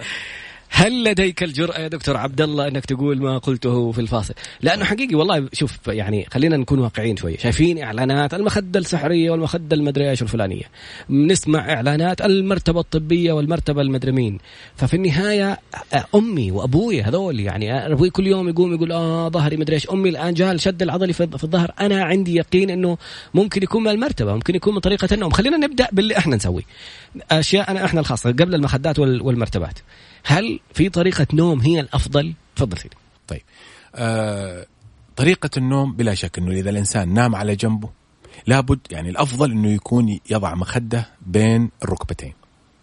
هل لديك الجرأة يا دكتور عبد الله أنك تقول ما قلته في الفاصل؟ لأنه حقيقي والله شوف يعني خلينا نكون واقعيين شوية. شايفين إعلانات المخدة السحرية والمخدة المدري إيش الفلانية، نسمع إعلانات المرتبة الطبية والمرتبة المدري مين. ففي النهاية أمي وأبوي هذول يعني أبوي كل يوم يقوم يقول آه ظهري مدري إيش، أمي الآن جال شد العضلي في الظهر، أنا عندي يقين إنه ممكن يكون من المرتبة، ممكن يكون من طريقة النوم. خلينا نبدأ باللي إحنا نسوي أشياء أنا إحنا الخاصة قبل المخدات والمرتبات. هل في طريقة نوم هي الأفضل؟ تفضل سيدي. طيب آه، طريقة النوم بلا شك إنه إذا الإنسان نام على جنبه لابد يعني الأفضل إنه يكون يضع مخدة بين الركبتين،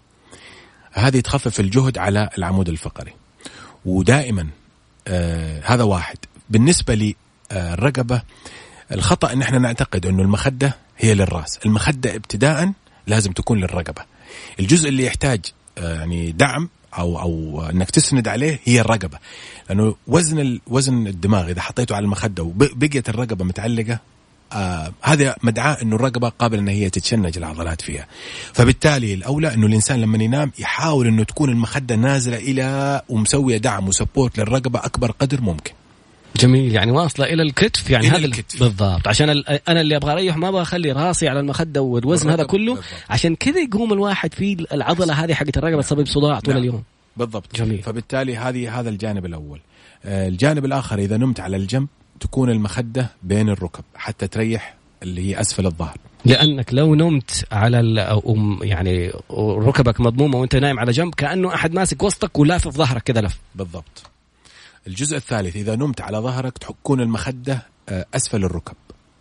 هذه تخفف الجهد على العمود الفقري. ودائما آه هذا واحد. بالنسبة للرقبة الخطأ إن احنا نعتقد إنه المخدة هي للرأس، المخدة ابتداء لازم تكون للرقبة. الجزء اللي يحتاج آه يعني دعم أو أو إنك تسند عليه هي الرقبة، لأنه وزن وزن الدماغ إذا حطيته على المخدة وبقيت الرقبة متعلقة آه هذا مدعاة إنه الرقبة قابل إن هي تتشنج العضلات فيها. فبالتالي الأولى إنه الإنسان لما ينام يحاول إنه تكون المخدة نازلة إلى ومسوية دعم وسبورت للرقبة أكبر قدر ممكن. جميل، يعني واصلة إلى الكتف يعني هذا الكتف. بالضبط، عشان أنا اللي أبغى أريح ما بخلي راسي على المخدة والوزن هذا كله بالضبط. عشان كذا يقوم الواحد في العضلة هذه حقت الرقبة تسبب صداع طول نعم. اليوم بالضبط. جميل. فبالتالي هذه هذا الجانب الأول. آه الجانب الآخر إذا نمت على الجنب تكون المخدة بين الركب حتى تريح اللي هي أسفل الظهر، لأنك لو نمت على أو يعني ركبك مضمومة وأنت نايم على جنب كأنه أحد ماسك وسطك ولافف ظهرك كذا لف. بالضبط. الجزء الثالث إذا نمت على ظهرك تكون المخدة أسفل الركب.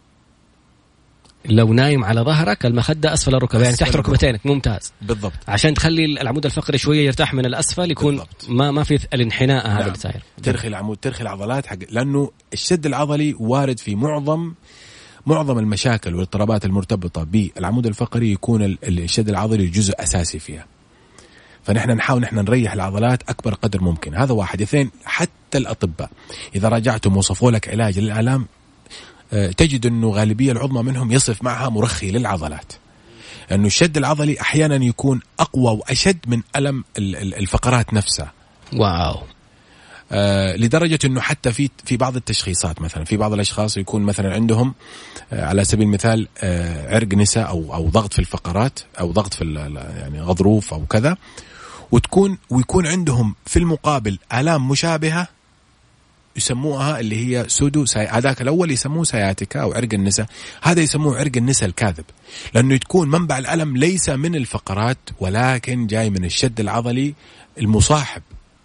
لو نايم على ظهرك المخدة أسفل الركب يعني تحت ركبتينك. ممتاز. بالضبط. عشان تخلي العمود الفقري شوية يرتاح من الأسفل يكون بالضبط. ما ما في الانحناء هذا نعم. اللي صاير. ترخي العمود ترخي العضلات حق، لأنه الشد العضلي وارد في معظم معظم المشاكل والاضطرابات المرتبطة بالعمود الفقري يكون الشد العضلي جزء أساسي فيها. فنحن نحاول نحن نريح العضلات أكبر قدر ممكن. هذا واحد. اثنين، حتى الأطباء إذا راجعتم وصفوا لك علاج للآلام تجد أنه غالبية العظمى منهم يصف معها مرخي للعضلات، أنه الشد العضلي أحيانا يكون أقوى وأشد من ألم الفقرات نفسها. واو. آه لدرجة أنه حتى في في بعض التشخيصات مثلا في بعض الأشخاص يكون مثلا عندهم آه على سبيل المثال آه عرق نساء أو أو ضغط في الفقرات أو ضغط في يعني غضروف أو كذا، وتكون ويكون عندهم في المقابل آلام مشابهة يسموها اللي هي سودو ساي... هذاك الأول يسموه سياتيكا أو عرق النساء، هذا يسموه عرق النساء الكاذب، لأنه تكون منبع الألم ليس من الفقرات ولكن جاي من الشد العضلي المصاحب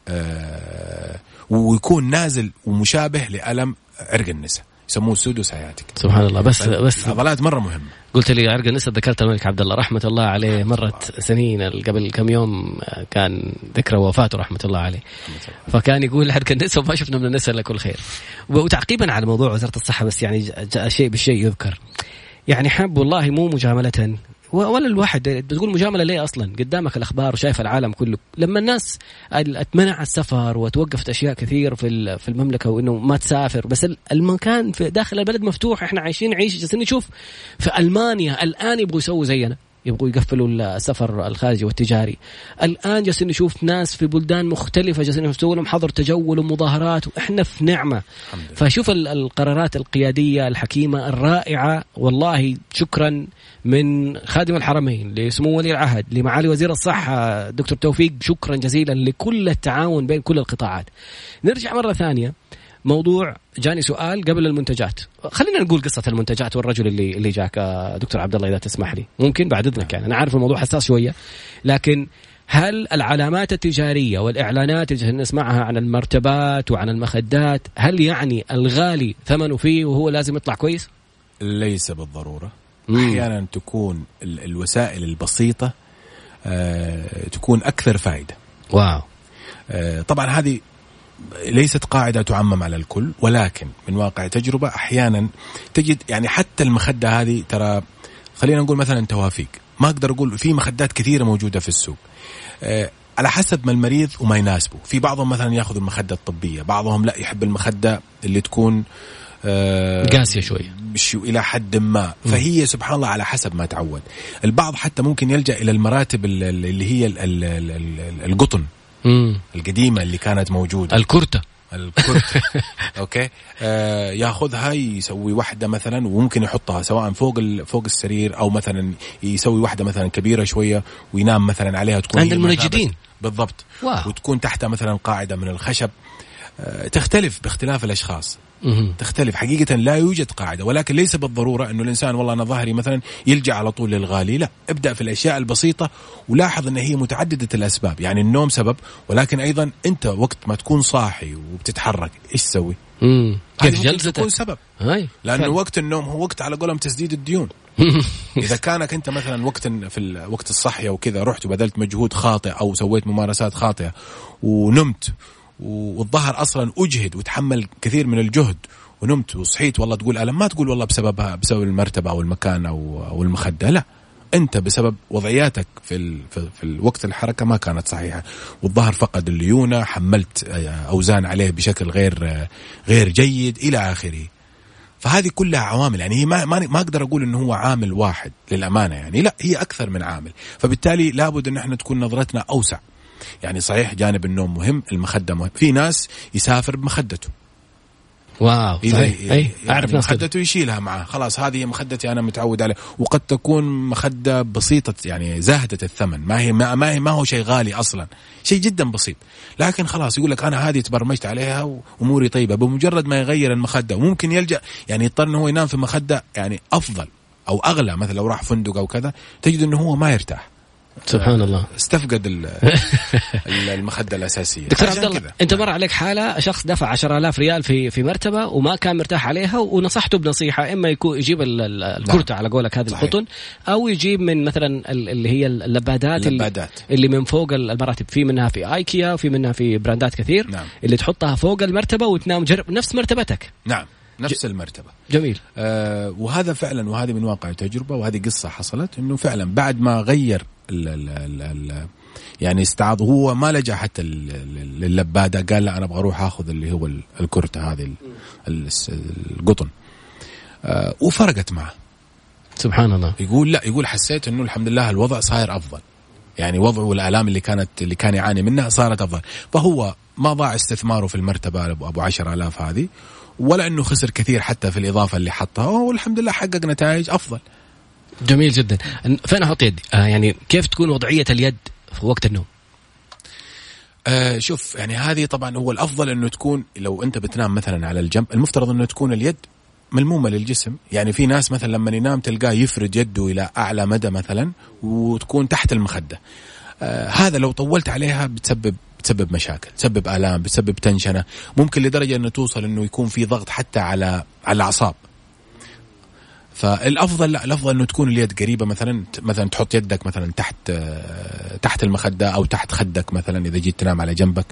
آه ويكون نازل ومشابه لألم عرق النساء، يسموه سودو سياتيك. سبحان الله. بس بس العضلات مرة مهمة. قلت لي عرق النساء، ذكرت الملك عبد الله رحمة الله عليه، مرت سنين قبل كم يوم كان ذكرى وفاته رحمة الله عليه، فكان يقول عرق النساء وما شفنا من النساء لكل خير. وتعقيبا على موضوع وزارة الصحة بس يعني شيء بالشيء يذكر، يعني حب والله مو مجاملة ولا الواحد تقول مجاملة ليه أصلا قدامك الأخبار وشايف العالم كله. لما الناس اتمنع السفر وتوقفت أشياء كثير في في المملكة وإنه ما تسافر، بس المكان في داخل البلد مفتوح، إحنا عايشين نعيش جالسين نشوف في ألمانيا الآن يبغوا يسووا زينا، يبغوا يقفلوا السفر الخارجي والتجاري. الآن جالسين نشوف ناس في بلدان مختلفة جالسين يسووا لهم حظر تجول ومظاهرات، وإحنا في نعمة. فشوف القرارات القيادية الحكيمة الرائعة، والله شكرا من خادم الحرمين لسمو ولي العهد لمعالي وزير الصحة دكتور توفيق، شكرا جزيلا لكل التعاون بين كل القطاعات. نرجع مرة ثانية، موضوع جاني سؤال قبل المنتجات، خلينا نقول قصة المنتجات والرجل اللي اللي جاك دكتور عبد الله إذا تسمح لي، ممكن بعد إذنك. يعني أنا عارف الموضوع حساس شوية، لكن هل العلامات التجارية والإعلانات اللي نسمعها عن المرتبات وعن المخدات هل يعني الغالي ثمنه فيه وهو لازم يطلع كويس؟ ليس بالضرورة. أحيانا تكون الوسائل البسيطة آه تكون أكثر فائدة. واو. آه طبعا هذه ليست قاعدة تعمم على الكل، ولكن من واقع تجربة أحيانا تجد يعني حتى المخدة هذه ترى خلينا نقول مثلا توافيق، ما أقدر أقول في مخدات كثيرة موجودة في السوق. آه على حسب ما المريض وما يناسبه. في بعضهم مثلا ياخذ المخدة الطبية، بعضهم لا يحب المخدة اللي تكون قاسية شوية إلى حد ما. فهي سبحان الله على حسب ما تعود. البعض حتى ممكن يلجأ إلى المراتب اللي هي القطن القديمة اللي كانت موجودة، الكرتة الكرتة أوكي، آه ياخذها يسوي واحدة مثلا، وممكن يحطها سواء فوق فوق السرير أو مثلا يسوي واحدة مثلا كبيرة شوية وينام مثلا عليها، تكون عند المنجدين بالضبط. واو. وتكون تحتها مثلا قاعدة من الخشب. آه تختلف باختلاف الأشخاص، تختلف حقيقة. لا يوجد قاعدة، ولكن ليس بالضرورة أنه الإنسان والله أنا ظهري مثلا يلجأ على طول للغالي. لا، ابدأ في الأشياء البسيطة ولاحظ أن هي متعددة الأسباب. يعني النوم سبب، ولكن أيضا أنت وقت ما تكون صاحي وبتتحرك إيش تسوي؟ هذا تكون سبب. هاي. لأنه فعلا. وقت النوم هو وقت على قولهم تسديد الديون. إذا كانك أنت مثلا وقت في وقت الصحية وكذا رحت وبذلت مجهود خاطئ أو سويت ممارسات خاطئة ونمت، والظهر أصلا أجهد وتحمل كثير من الجهد ونمت وصحيت والله تقول ألم، ما تقول والله بسببها بسبب المرتبة أو المكان أو أو المخدة، لا، أنت بسبب وضعياتك في ال في, في الوقت الحركة ما كانت صحيحة، والظهر فقد الليونة، حملت أوزان عليه بشكل غير غير جيد إلى آخره. فهذه كلها عوامل، يعني هي ما ما ما أقدر أقول إنه هو عامل واحد للأمانة، يعني لا، هي أكثر من عامل. فبالتالي لابد إن إحنا تكون نظرتنا أوسع. يعني صحيح جانب النوم مهم، المخدة مهم. في ناس يسافر بمخدته. واو صحيح. أي أعرف ناس مخدته يشيلها معه، خلاص هذه مخدتي أنا متعود عليه. وقد تكون مخدة بسيطة يعني زاهدة الثمن، ما هي ما هي ما هو شيء غالي أصلا، شيء جدا بسيط، لكن خلاص يقول لك أنا هذه تبرمجت عليها وأموري طيبة. بمجرد ما يغير المخدة وممكن يلجأ يعني يضطر إنه هو ينام في مخدة يعني أفضل أو أغلى، مثلا لو راح فندق أو كذا تجد إنه هو ما يرتاح. سبحان الله، استفقد المخدة الأساسية. دكتور عبد الله، أنت مر عليك حالة شخص دفع عشرة آلاف ريال في في مرتبة وما كان مرتاح عليها، ونصحته بنصيحة إما يكون يجيب الكرتة على قولك هذه القطن، أو يجيب من مثلا اللي هي اللبادات, اللبادات. اللي من فوق المراتب، في منها في آيكيا وفي منها في براندات كثير. نعم. اللي تحطها فوق المرتبة وتنام جرب نفس مرتبتك. نعم، نفس المرتبة. جميل. آه وهذا فعلا، وهذه من واقع تجربة، وهذه قصة حصلت إنه فعلا بعد ما غير ال ال ال ال يعني استعاض، هو ما لجأ حتى لللبادة، قال لا أنا أبغى أروح أخذ اللي هو الكرتة هذه القطن. آه وفرقت معه سبحان الله. يقول لا، يقول حسيت إنه الحمد لله الوضع صاير أفضل، يعني وضعه والآلام اللي كانت اللي كان يعاني منها صارت أفضل. فهو ما ضاع استثماره في المرتبة أبو عشر آلاف هذه، ولا أنه خسر كثير حتى في الإضافة اللي حطها، والحمد لله حقق نتائج أفضل. جميل جدا. فين أحط يدي؟ آه يعني كيف تكون وضعية اليد في وقت النوم؟ آه شوف، يعني هذه طبعا هو الأفضل أنه تكون، لو أنت بتنام مثلا على الجنب المفترض أنه تكون اليد ملمومة للجسم. يعني في ناس مثلا لما ينام تلقاه يفرد يده إلى أعلى مدى مثلا وتكون تحت المخدة. آه هذا لو طولت عليها بتسبب بتسبب مشاكل، بتسبب آلام، بتسبب تنشنة، ممكن لدرجة أنه توصل أنه يكون في ضغط حتى على على الأعصاب. فالأفضل لا، الأفضل أنه تكون اليد قريبة، مثلا مثلا تحط يدك مثلا تحت تحت المخدة أو تحت خدك مثلا إذا جيت تنام على جنبك.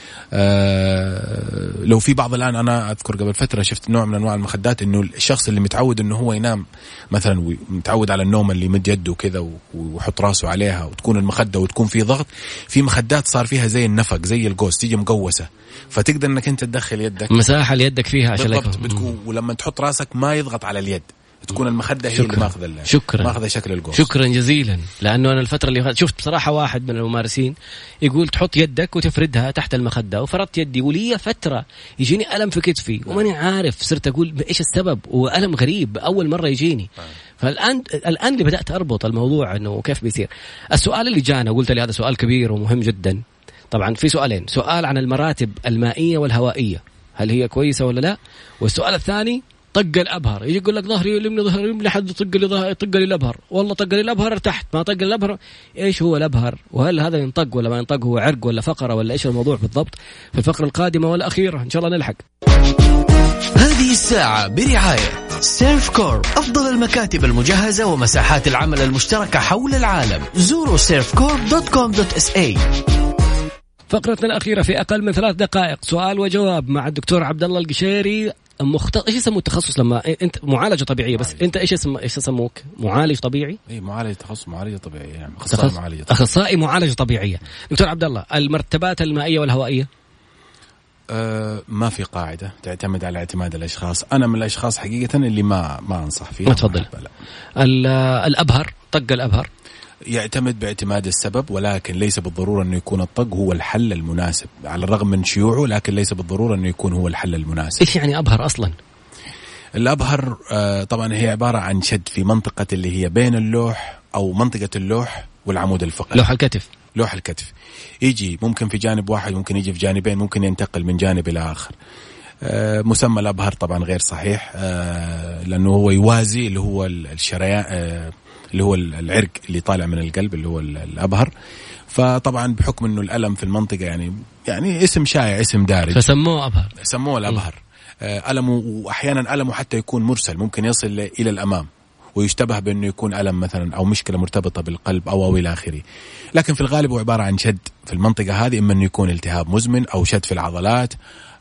أه لو في بعض الآن، أنا أذكر قبل فترة شفت نوع من أنواع المخدات إنه الشخص اللي متعود إنه هو ينام مثلا ومتعود على النوم اللي مد يده كذا ويحط راسه عليها وتكون المخدة وتكون في ضغط، في مخدات صار فيها زي النفق زي الجوز، تيجي مقوسة، فتقدر إنك أنت تدخل يدك مساحة ليدك فيها عشان بالضبط بتكون، ولما تحط راسك ما يضغط على اليد، تكون المخدة هي اللي ماخذة شكرا ماخذة شكل الجوز. شكرا جزيلا. لأنه أنا الفترة اللي شفت بصراحة واحد من الممارسين يقول تحط يدك وتفردها تحت المخدة، وفردت يدي ولي فترة يجيني ألم في كتفي وماني عارف، صرت أقول إيش السبب، وألم غريب أول مرة يجيني. فالآن الآن اللي بدأت أربط الموضوع إنه كيف بيصير. السؤال اللي جانا قلت لي هذا سؤال كبير ومهم جدا. طبعا في سؤالين، سؤال عن المراتب المائية والهوائية، هل هي كويسة ولا لا؟ والسؤال الثاني طق الأبهر، يجي يقول لك ظهري يلمني ظهري يلمني حد طق لي ظهري طق لي الأبهر، والله طق لي الأبهر ارتحت، ما طق لي الأبهر. إيش هو الأبهر؟ وهل هذا ينطق ولا ما ينطق؟ هو عرق ولا فقرة ولا إيش الموضوع بالضبط؟ في الفقرة القادمة والأخيرة إن شاء الله نلحق. هذه الساعة برعاية سيرف كورب، أفضل المكاتب المجهزة ومساحات العمل المشتركة حول العالم. زوروا سيرف كورب دوت كوم دوت إس إيه. فقرتنا الأخيرة في أقل من ثلاث دقائق، سؤال وجواب مع الدكتور عبد الله القشيري، مختص. ايش يسموه التخصص لما انت معالجه طبيعيه؟ بس معالجة. انت ايش اسم ايش يسموك؟ معالج طبيعي؟ اي معالج تخصص معالجه طبيعيه يعني اخصائي تخص... معالجه طبيعية. اخصائي معالجه طبيعيه. دكتور عبد الله، المرتبات المائيه والهوائيه أه ما في قاعده، تعتمد على اعتماد الاشخاص. انا من الاشخاص حقيقه اللي ما ما انصح فيها. ما تفضل. الابهر، طق الابهر يعتمد باعتماد السبب، ولكن ليس بالضرورة أنه يكون الطق هو الحل المناسب، على الرغم من شيوعه، لكن ليس بالضرورة أنه يكون هو الحل المناسب. إيش يعني أبهر أصلا؟ الأبهر آه طبعا هي عبارة عن شد في منطقة اللي هي بين اللوح أو منطقة اللوح والعمود الفقري. لوح الكتف. لوح الكتف يجي ممكن في جانب واحد، ممكن يجي في جانبين، ممكن ينتقل من جانب إلى آخر. آه مسمى الأبهر طبعا غير صحيح، آه لأنه هو يوازي اللي هو الشريان، آه اللي هو العرق اللي طالع من القلب اللي هو الأبهر. فطبعا بحكم انه الألم في المنطقة يعني يعني اسم شائع، اسم دارج، فسموه أبهر، سموه الأبهر. ألمه، وأحيانا ألمه حتى يكون مرسل، ممكن يصل إلى الأمام ويشتبه بأنه يكون ألم مثلا أو مشكلة مرتبطة بالقلب أو أو إلى آخره. لكن في الغالب هو عبارة عن شد في المنطقة هذه، إما أنه يكون التهاب مزمن أو شد في العضلات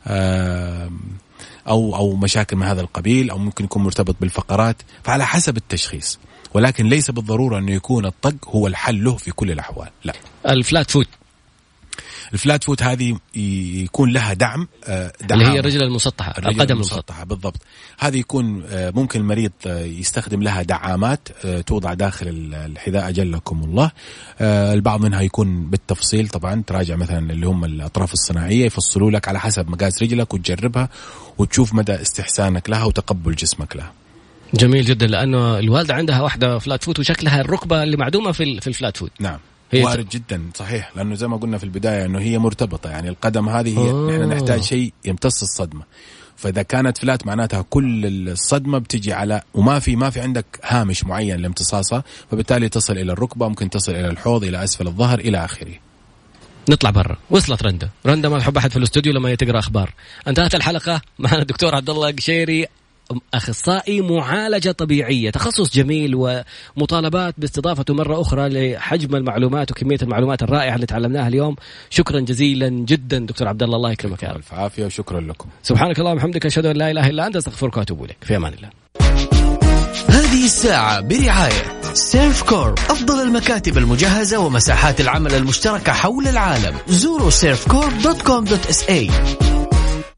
أو أو مشاكل من هذا القبيل، أو ممكن يكون مرتبط بالفقرات، فعلى حسب التشخيص. ولكن ليس بالضرورة أنه يكون الطق هو الحل له في كل الأحوال. لا. الفلات فوت، الفلات فوت هذه يكون لها دعم, دعم اللي هي الرجل المسطحة، القدم المسطحة بالضبط. هذه يكون ممكن المريض يستخدم لها دعامات توضع داخل الحذاء أجلكم الله. البعض منها يكون بالتفصيل طبعا، تراجع مثلا اللي هم الأطراف الصناعية يفصلوا لك على حسب مقاس رجلك وتجربها وتشوف مدى استحسانك لها وتقبل جسمك لها. جميل جدا، لأنه الوالدة عندها واحدة فلات فوت وشكلها الركبة اللي معدومة في في الفلات فوت. نعم وارد جدا صحيح، لأنه زي ما قلنا في البداية أنه هي مرتبطة، يعني القدم هذه هي أوه. نحن نحتاج شيء يمتص الصدمة، فإذا كانت فلات معناتها كل الصدمة بتجي على، وما في ما في عندك هامش معين لامتصاصها، فبالتالي تصل إلى الركبة، ممكن تصل إلى الحوض، إلى أسفل الظهر، إلى آخره. نطلع برا. وصلت رندا رندا ما تحب أحد في الاستوديو لما تقرأ أخبار. انتهت الحلقة. معنا الدكتور عبد الله القشيري، أخصائي معالجة طبيعية، تخصص جميل ومطالبات باستضافته مرة أخرى لحجم المعلومات وكمية المعلومات الرائعة اللي تعلمناها اليوم. شكرا جزيلا جدا دكتور عبد الله، الله يكرمك يا رب. الف عافية وشكرا لكم. سبحانك اللهم وبحمدك، أشهد أن لا إله إلا أنت، أستغفرك وأتوب إليك. في أمان الله. هذه الساعة برعاية سيرف كورب، أفضل المكاتب المجهزة ومساحات العمل المشتركة حول العالم. زوروا سيرف كورب دوت كوم دوت إس إيه.